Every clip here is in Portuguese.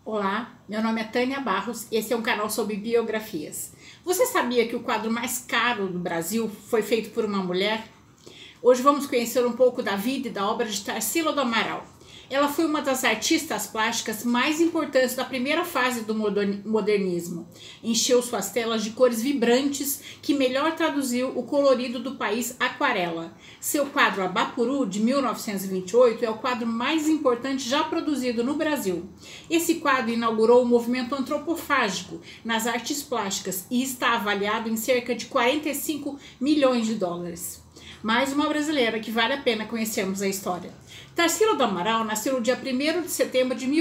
Olá, meu nome é Tânia Barros e esse é um canal sobre biografias. Você sabia que o quadro mais caro do Brasil foi feito por uma mulher? Hoje vamos conhecer um pouco da vida e da obra de Tarsila do Amaral. Ela foi uma das artistas plásticas mais importantes da primeira fase do modernismo. Encheu suas telas de cores vibrantes que melhor traduziu o colorido do país aquarela. Seu quadro Abapuru, de 1928, é o quadro mais importante já produzido no Brasil. Esse quadro inaugurou o movimento antropofágico nas artes plásticas e está avaliado em cerca de 45 milhões de dólares. Mais uma brasileira que vale a pena conhecermos a história. Tarsila do Amaral nasceu no dia 1º de setembro de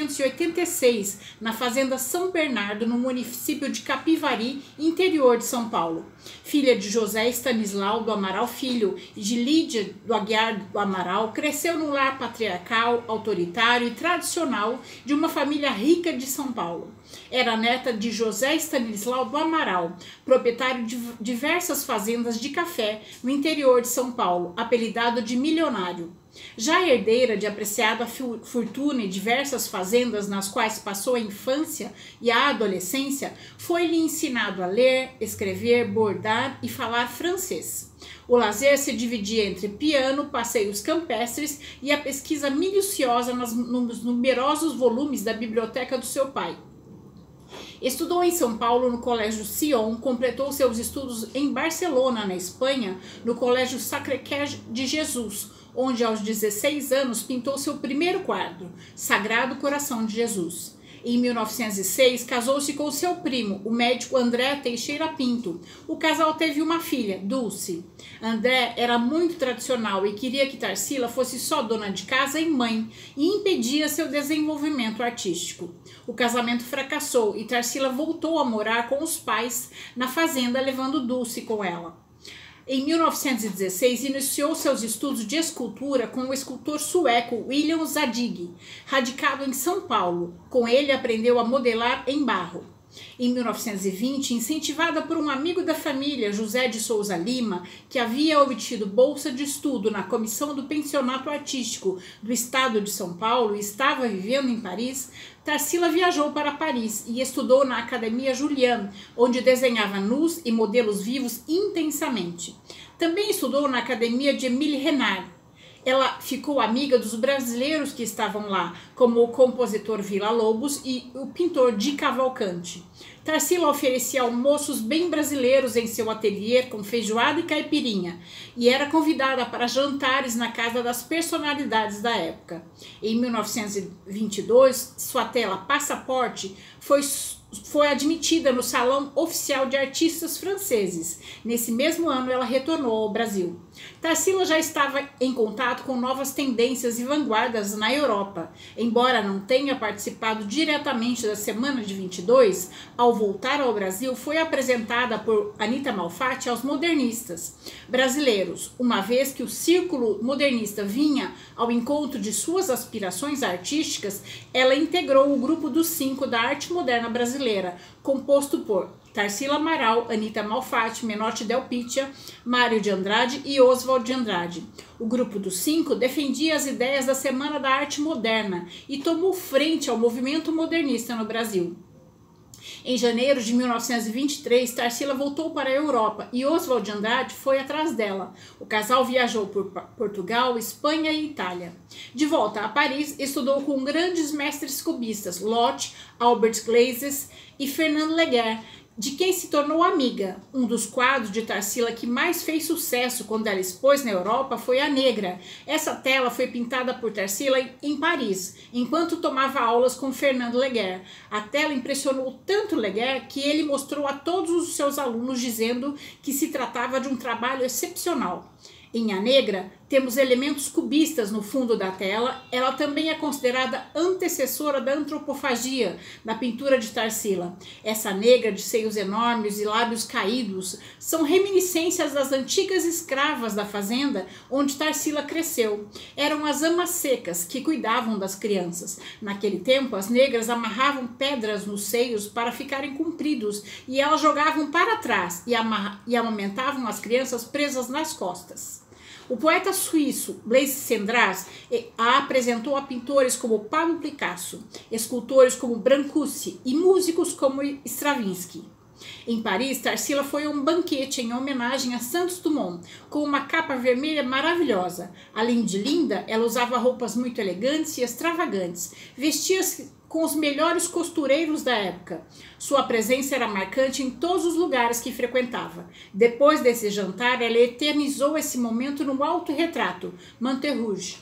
1886, na fazenda São Bernardo, no município de Capivari, interior de São Paulo. Filha de José Stanislau do Amaral Filho e de Lídia do Aguiar do Amaral, cresceu num lar patriarcal, autoritário e tradicional de uma família rica de São Paulo. Era neta de José Stanislau do Amaral, proprietário de diversas fazendas de café no interior de São Paulo, apelidado de milionário. Já herdeira de apreciada fortuna e diversas fazendas nas quais passou a infância e a adolescência, foi-lhe ensinado a ler, escrever, bordar e falar francês. O lazer se dividia entre piano, passeios campestres e a pesquisa minuciosa nos numerosos volumes da biblioteca do seu pai. Estudou em São Paulo no Colégio Sion, completou seus estudos em Barcelona, na Espanha, no Colégio Sacré-Cœur de Jesus, onde aos 16 anos pintou seu primeiro quadro, Sagrado Coração de Jesus. Em 1906, casou-se com seu primo, o médico André Teixeira Pinto. O casal teve uma filha, Dulce. André era muito tradicional e queria que Tarsila fosse só dona de casa e mãe, e impedia seu desenvolvimento artístico. O casamento fracassou e Tarsila voltou a morar com os pais na fazenda, levando Dulce com ela. Em 1916, iniciou seus estudos de escultura com o escultor sueco William Zadig, radicado em São Paulo. Com ele, aprendeu a modelar em barro. Em 1920, incentivada por um amigo da família, José de Souza Lima, que havia obtido bolsa de estudo na comissão do pensionato artístico do estado de São Paulo e estava vivendo em Paris, Tarsila viajou para Paris e estudou na Academia Julian, onde desenhava nus e modelos vivos intensamente. Também estudou na Academia de Émile Renard. Ela ficou amiga dos brasileiros que estavam lá, como o compositor Villa-Lobos e o pintor Di Cavalcanti. Tarsila oferecia almoços bem brasileiros em seu ateliê com feijoada e caipirinha e era convidada para jantares na casa das personalidades da época. Em 1922, sua tela Passaporte foi admitida no Salão Oficial de Artistas Franceses. Nesse mesmo ano, ela retornou ao Brasil. Tarsila já estava em contato com novas tendências e vanguardas na Europa. Embora não tenha participado diretamente da Semana de 22, ao voltar ao Brasil, foi apresentada por Anita Malfatti aos modernistas brasileiros, uma vez que o círculo modernista vinha ao encontro de suas aspirações artísticas. Ela integrou o grupo dos 5 da arte moderna brasileira, composto por Tarsila Amaral, Anita Malfatti, Menotti Del Pitta, Mário de Andrade e Oswald de Andrade. O grupo dos 5 defendia as ideias da Semana da Arte Moderna e tomou frente ao movimento modernista no Brasil. Em janeiro de 1923, Tarsila voltou para a Europa e Oswald de Andrade foi atrás dela. O casal viajou por Portugal, Espanha e Itália. De volta a Paris, estudou com grandes mestres cubistas, Lot, Albert Glazes e Fernand Léger, de quem se tornou amiga. Um dos quadros de Tarsila que mais fez sucesso quando ela expôs na Europa foi A Negra. Essa tela foi pintada por Tarsila em Paris, enquanto tomava aulas com Fernand Léger. A tela impressionou tanto Léger que ele mostrou a todos os seus alunos, dizendo que se tratava de um trabalho excepcional. Em A Negra, temos elementos cubistas no fundo da tela. Ela também é considerada antecessora da antropofagia, da pintura de Tarsila. Essa negra de seios enormes e lábios caídos são reminiscências das antigas escravas da fazenda onde Tarsila cresceu. Eram as amas secas que cuidavam das crianças. Naquele tempo, as negras amarravam pedras nos seios para ficarem compridos e elas jogavam para trás e amamentavam as crianças presas nas costas. O poeta suíço Blaise Cendrars a apresentou a pintores como Pablo Picasso, escultores como Brancusi e músicos como Stravinsky. Em Paris, Tarsila foi a um banquete em homenagem a Santos Dumont, com uma capa vermelha maravilhosa. Além de linda, ela usava roupas muito elegantes e extravagantes, vestia-se com os melhores costureiros da época. Sua presença era marcante em todos os lugares que frequentava. Depois desse jantar, ela eternizou esse momento no autorretrato, Moulin Rouge.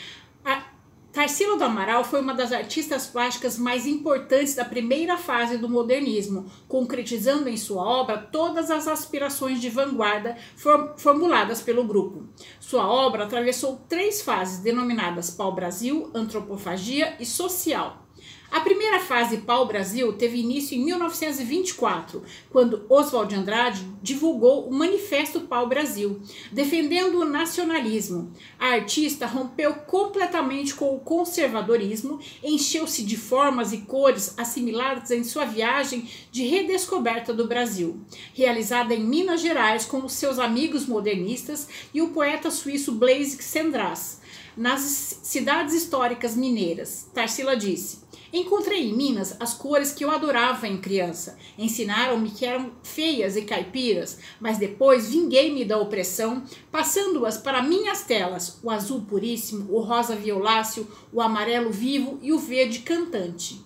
Tarsila do Amaral foi uma das artistas plásticas mais importantes da primeira fase do modernismo, concretizando em sua obra todas as aspirações de vanguarda formuladas pelo grupo. Sua obra atravessou 3 fases denominadas pau-brasil, antropofagia e social. A primeira fase pau-brasil teve início em 1924, quando Oswald de Andrade divulgou o Manifesto Pau-Brasil, defendendo o nacionalismo. A artista rompeu completamente com o conservadorismo, encheu-se de formas e cores assimiladas em sua viagem de redescoberta do Brasil, realizada em Minas Gerais com os seus amigos modernistas e o poeta suíço Blaise Cendrars, nas cidades históricas mineiras. Tarsila disse: encontrei em Minas as cores que eu adorava em criança. Ensinaram-me que eram feias e caipiras, mas depois vinguei-me da opressão, passando-as para minhas telas, o azul puríssimo, o rosa violáceo, o amarelo vivo e o verde cantante.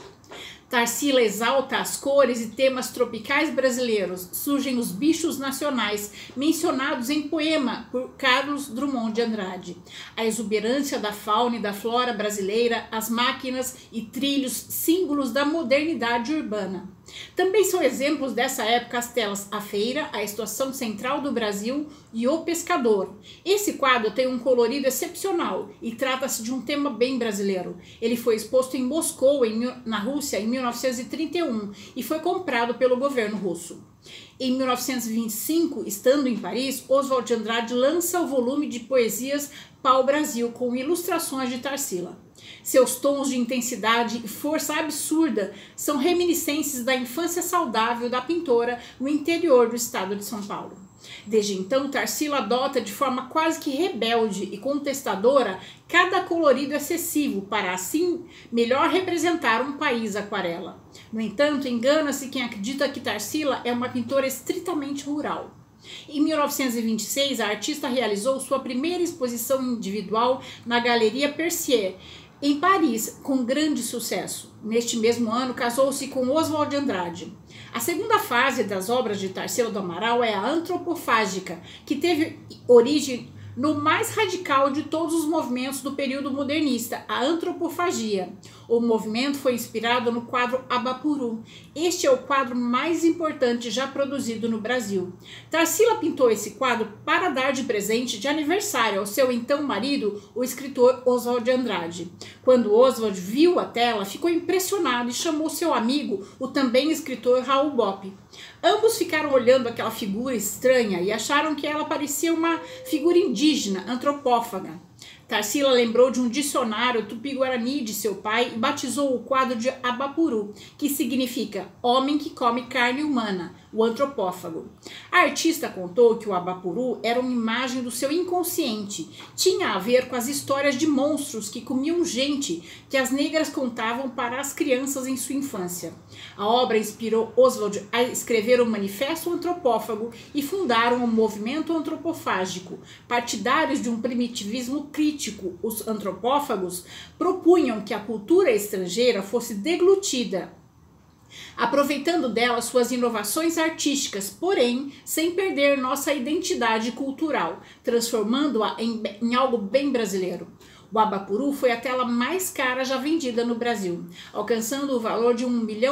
Tarsila exalta as cores e temas tropicais brasileiros. Surgem os bichos nacionais, mencionados em poema por Carlos Drummond de Andrade. A exuberância da fauna e da flora brasileira, as máquinas e trilhos, símbolos da modernidade urbana. Também são exemplos dessa época as telas A Feira, a Estação Central do Brasil e O Pescador. Esse quadro tem um colorido excepcional e trata-se de um tema bem brasileiro. Ele foi exposto em Moscou, na Rússia, em 1931 e foi comprado pelo governo russo. Em 1925, estando em Paris, Oswald de Andrade lança o volume de poesias Pau-Brasil com ilustrações de Tarsila. Seus tons de intensidade e força absurda são reminiscências da infância saudável da pintora no interior do estado de São Paulo. Desde então, Tarsila adota de forma quase que rebelde e contestadora cada colorido excessivo para, assim, melhor representar um país aquarela. No entanto, engana-se quem acredita que Tarsila é uma pintora estritamente rural. Em 1926, a artista realizou sua primeira exposição individual na Galeria Percier, em Paris, com grande sucesso. Neste mesmo ano, casou-se com Oswald de Andrade. A segunda fase das obras de Tarsila do Amaral é a antropofágica, que teve origem no mais radical de todos os movimentos do período modernista, a antropofagia. O movimento foi inspirado no quadro Abapuru. Este é o quadro mais importante já produzido no Brasil. Tarsila pintou esse quadro para dar de presente de aniversário ao seu então marido, o escritor Oswald de Andrade. Quando Oswald viu a tela, ficou impressionado e chamou seu amigo, o também escritor Raul Bopp. Ambos ficaram olhando aquela figura estranha e acharam que ela parecia uma figura indígena, antropófaga. Tarsila lembrou de um dicionário tupi-guarani de seu pai e batizou o quadro de Abapuru, que significa homem que come carne humana, o antropófago. A artista contou que o Abapuru era uma imagem do seu inconsciente, tinha a ver com as histórias de monstros que comiam gente que as negras contavam para as crianças em sua infância. A obra inspirou Oswald a escrever o Manifesto Antropófago e fundaram o movimento antropofágico. Partidários de um primitivismo crítico, os antropófagos propunham que a cultura estrangeira fosse deglutida, aproveitando dela suas inovações artísticas, porém sem perder nossa identidade cultural, transformando-a em algo bem brasileiro. O Abapuru foi a tela mais cara já vendida no Brasil, alcançando o valor de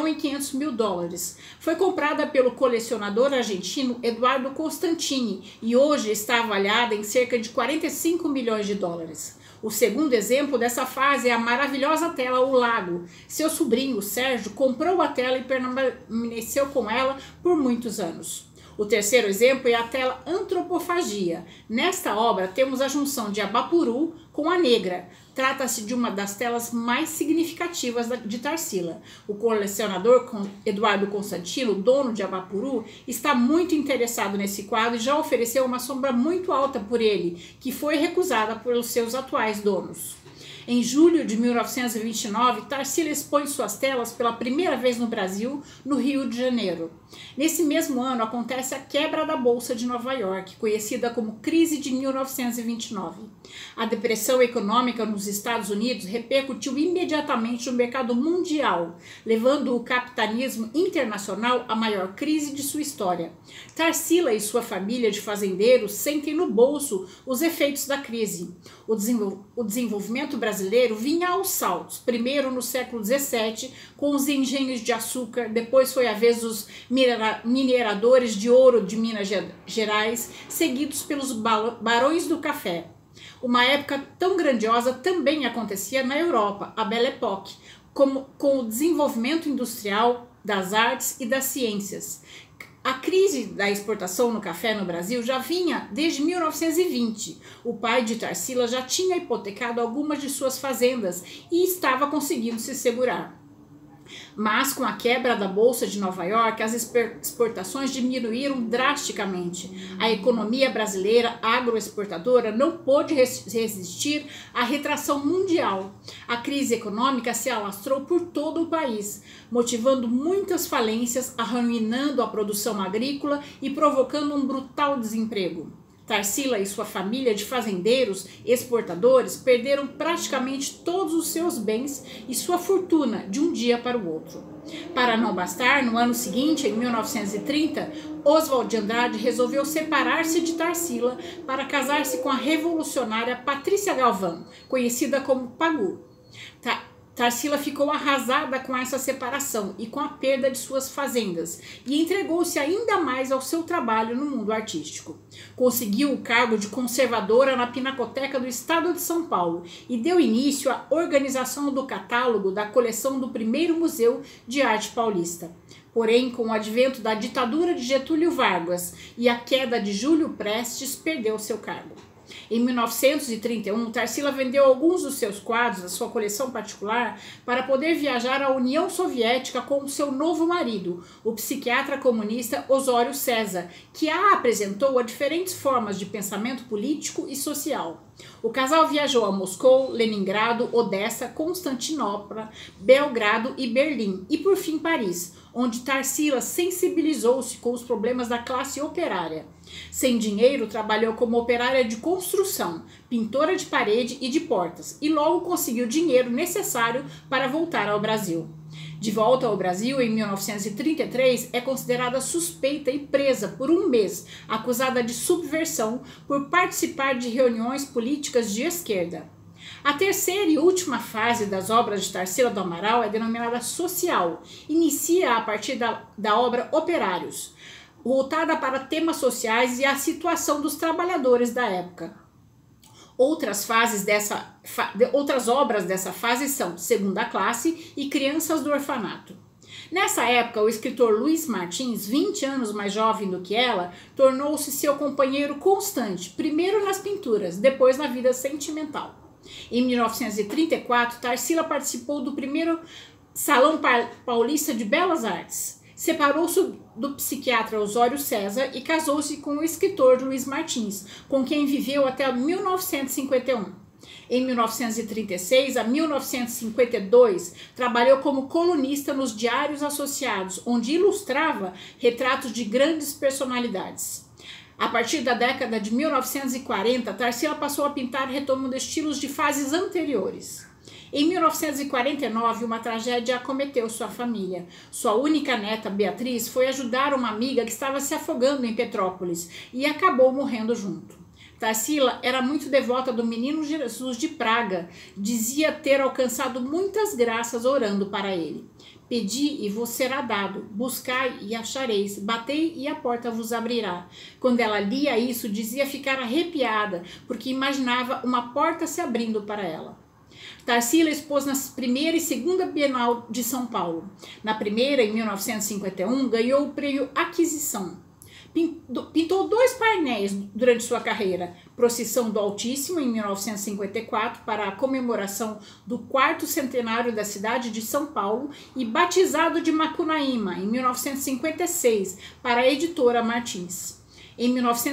$1.500.000. Foi comprada pelo colecionador argentino Eduardo Constantini e hoje está avaliada em cerca de $45 milhões. O segundo exemplo dessa fase é a maravilhosa tela O Lago. Seu sobrinho, Sérgio, comprou a tela e permaneceu com ela por muitos anos. O terceiro exemplo é a tela Antropofagia. Nesta obra temos a junção de Abapuru com a Negra. Trata-se de uma das telas mais significativas de Tarsila. O colecionador Eduardo Constantino, dono de Abapuru, está muito interessado nesse quadro e já ofereceu uma sombra muito alta por ele, que foi recusada pelos seus atuais donos. Em julho de 1929, Tarsila expõe suas telas pela primeira vez no Brasil, no Rio de Janeiro. Nesse mesmo ano acontece a quebra da Bolsa de Nova York, conhecida como Crise de 1929. A depressão econômica nos Estados Unidos repercutiu imediatamente no mercado mundial, levando o capitalismo internacional à maior crise de sua história. Tarsila e sua família de fazendeiros sentem no bolso os efeitos da crise. O desenvolvimento brasileiro vinha aos saltos, primeiro no século XVII, com os engenhos de açúcar, depois foi a vez dos mineradores de ouro de Minas Gerais, seguidos pelos barões do café. Uma época tão grandiosa também acontecia na Europa, a Belle Époque, com o desenvolvimento industrial, das artes e das ciências. A crise da exportação no café no Brasil já vinha desde 1920. O pai de Tarsila já tinha hipotecado algumas de suas fazendas e estava conseguindo se segurar. Mas com a quebra da Bolsa de Nova York, as exportações diminuíram drasticamente. A economia brasileira agroexportadora não pôde resistir à retração mundial. A crise econômica se alastrou por todo o país, motivando muitas falências, arruinando a produção agrícola e provocando um brutal desemprego. Tarsila e sua família de fazendeiros exportadores perderam praticamente todos os seus bens e sua fortuna de um dia para o outro. Para não bastar, no ano seguinte, em 1930, Oswald de Andrade resolveu separar-se de Tarsila para casar-se com a revolucionária Patrícia Galvão, conhecida como Pagu. Tarsila ficou arrasada com essa separação e com a perda de suas fazendas e entregou-se ainda mais ao seu trabalho no mundo artístico. Conseguiu o cargo de conservadora na Pinacoteca do Estado de São Paulo e deu início à organização do catálogo da coleção do primeiro Museu de Arte Paulista. Porém, com o advento da ditadura de Getúlio Vargas e a queda de Júlio Prestes, perdeu seu cargo. Em 1931, Tarsila vendeu alguns dos seus quadros da sua coleção particular para poder viajar à União Soviética com o seu novo marido, o psiquiatra comunista Osório César, que a apresentou a diferentes formas de pensamento político e social. O casal viajou a Moscou, Leningrado, Odessa, Constantinopla, Belgrado e Berlim, e por fim Paris, onde Tarsila sensibilizou-se com os problemas da classe operária. Sem dinheiro, trabalhou como operária de construção, pintora de parede e de portas, e logo conseguiu o dinheiro necessário para voltar ao Brasil. De volta ao Brasil, em 1933, é considerada suspeita e presa por um mês, acusada de subversão por participar de reuniões políticas de esquerda. A terceira e última fase das obras de Tarsila do Amaral é denominada social. Inicia a partir da obra Operários, voltada para temas sociais e a situação dos trabalhadores da época. Outras obras dessa fase são Segunda Classe e Crianças do Orfanato. Nessa época, o escritor Luiz Martins, 20 anos mais jovem do que ela, tornou-se seu companheiro constante, primeiro nas pinturas, depois na vida sentimental. Em 1934, Tarsila participou do primeiro Salão Paulista de Belas Artes. Separou-se do psiquiatra Osório César e casou-se com o escritor Luiz Martins, com quem viveu até 1951. Em 1936 a 1952, trabalhou como colunista nos Diários Associados, onde ilustrava retratos de grandes personalidades. A partir da década de 1940, Tarsila passou a pintar retomando estilos de fases anteriores. Em 1949, uma tragédia acometeu sua família. Sua única neta, Beatriz, foi ajudar uma amiga que estava se afogando em Petrópolis e acabou morrendo junto. Tarsila era muito devota do Menino Jesus de Praga, dizia ter alcançado muitas graças orando para ele. Pedi e vos será dado, buscai e achareis, batei e a porta vos abrirá. Quando ela lia isso, dizia ficar arrepiada, porque imaginava uma porta se abrindo para ela. Tarsila expôs na primeira e segunda Bienal de São Paulo. Na primeira, em 1951, ganhou o prêmio Aquisição. Pintou 2 painéis durante sua carreira: Procissão do Altíssimo, em 1954, para a comemoração do 4º centenário da cidade de São Paulo, e Batizado de Macunaíma, em 1956, para a editora Martins. Em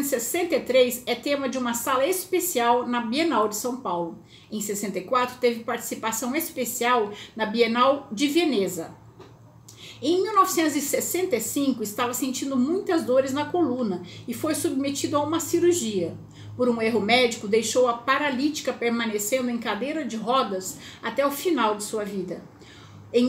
1963, é tema de uma sala especial na Bienal de São Paulo. Em 64, teve participação especial na Bienal de Veneza. Em 1965, estava sentindo muitas dores na coluna e foi submetido a uma cirurgia. Por um erro médico, deixou-a paralítica, permanecendo em cadeira de rodas até o final de sua vida. Em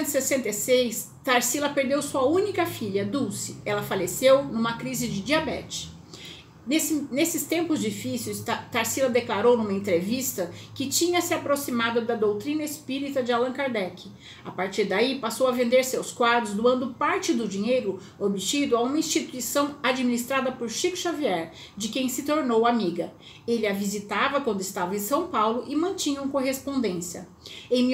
1966, Tarsila perdeu sua única filha, Dulce. Ela faleceu numa crise de diabetes. Nesses tempos difíceis, Tarsila declarou numa entrevista que tinha se aproximado da doutrina espírita de Allan Kardec. A partir daí, passou a vender seus quadros, doando parte do dinheiro obtido a uma instituição administrada por Chico Xavier, de quem se tornou amiga. Ele a visitava quando estava em São Paulo e mantinham correspondência. Em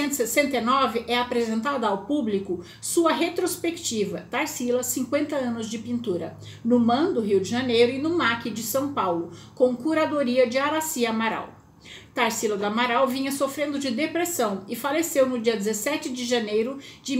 1969, é apresentada ao público sua retrospectiva, Tarsila, 50 anos de pintura, no MAM do Rio de Janeiro e no MAC de São Paulo, com curadoria de Araci Amaral. Tarsila do Amaral vinha sofrendo de depressão e faleceu no dia 17 de janeiro de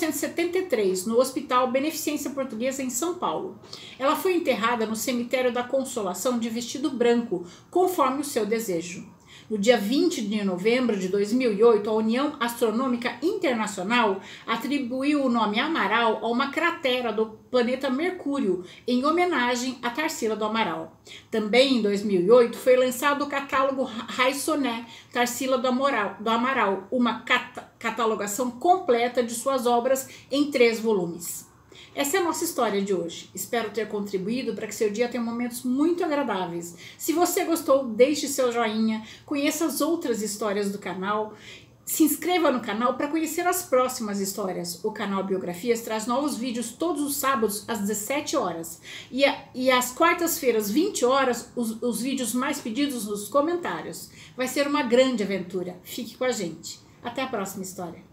1973, no Hospital Beneficência Portuguesa, em São Paulo. Ela foi enterrada no Cemitério da Consolação de vestido branco, conforme o seu desejo. No dia 20 de novembro de 2008, a União Astronômica Internacional atribuiu o nome Amaral a uma cratera do planeta Mercúrio, em homenagem a Tarsila do Amaral. Também em 2008 foi lançado o catálogo Raissoné, Tarsila do Amaral, uma catalogação completa de suas obras em 3 volumes. Essa é a nossa história de hoje. Espero ter contribuído para que seu dia tenha momentos muito agradáveis. Se você gostou, deixe seu joinha, conheça as outras histórias do canal, se inscreva no canal para conhecer as próximas histórias. O canal Biografias traz novos vídeos todos os sábados às 17 horas. E às quartas-feiras, 20 horas, os vídeos mais pedidos nos comentários. Vai ser uma grande aventura. Fique com a gente. Até a próxima história.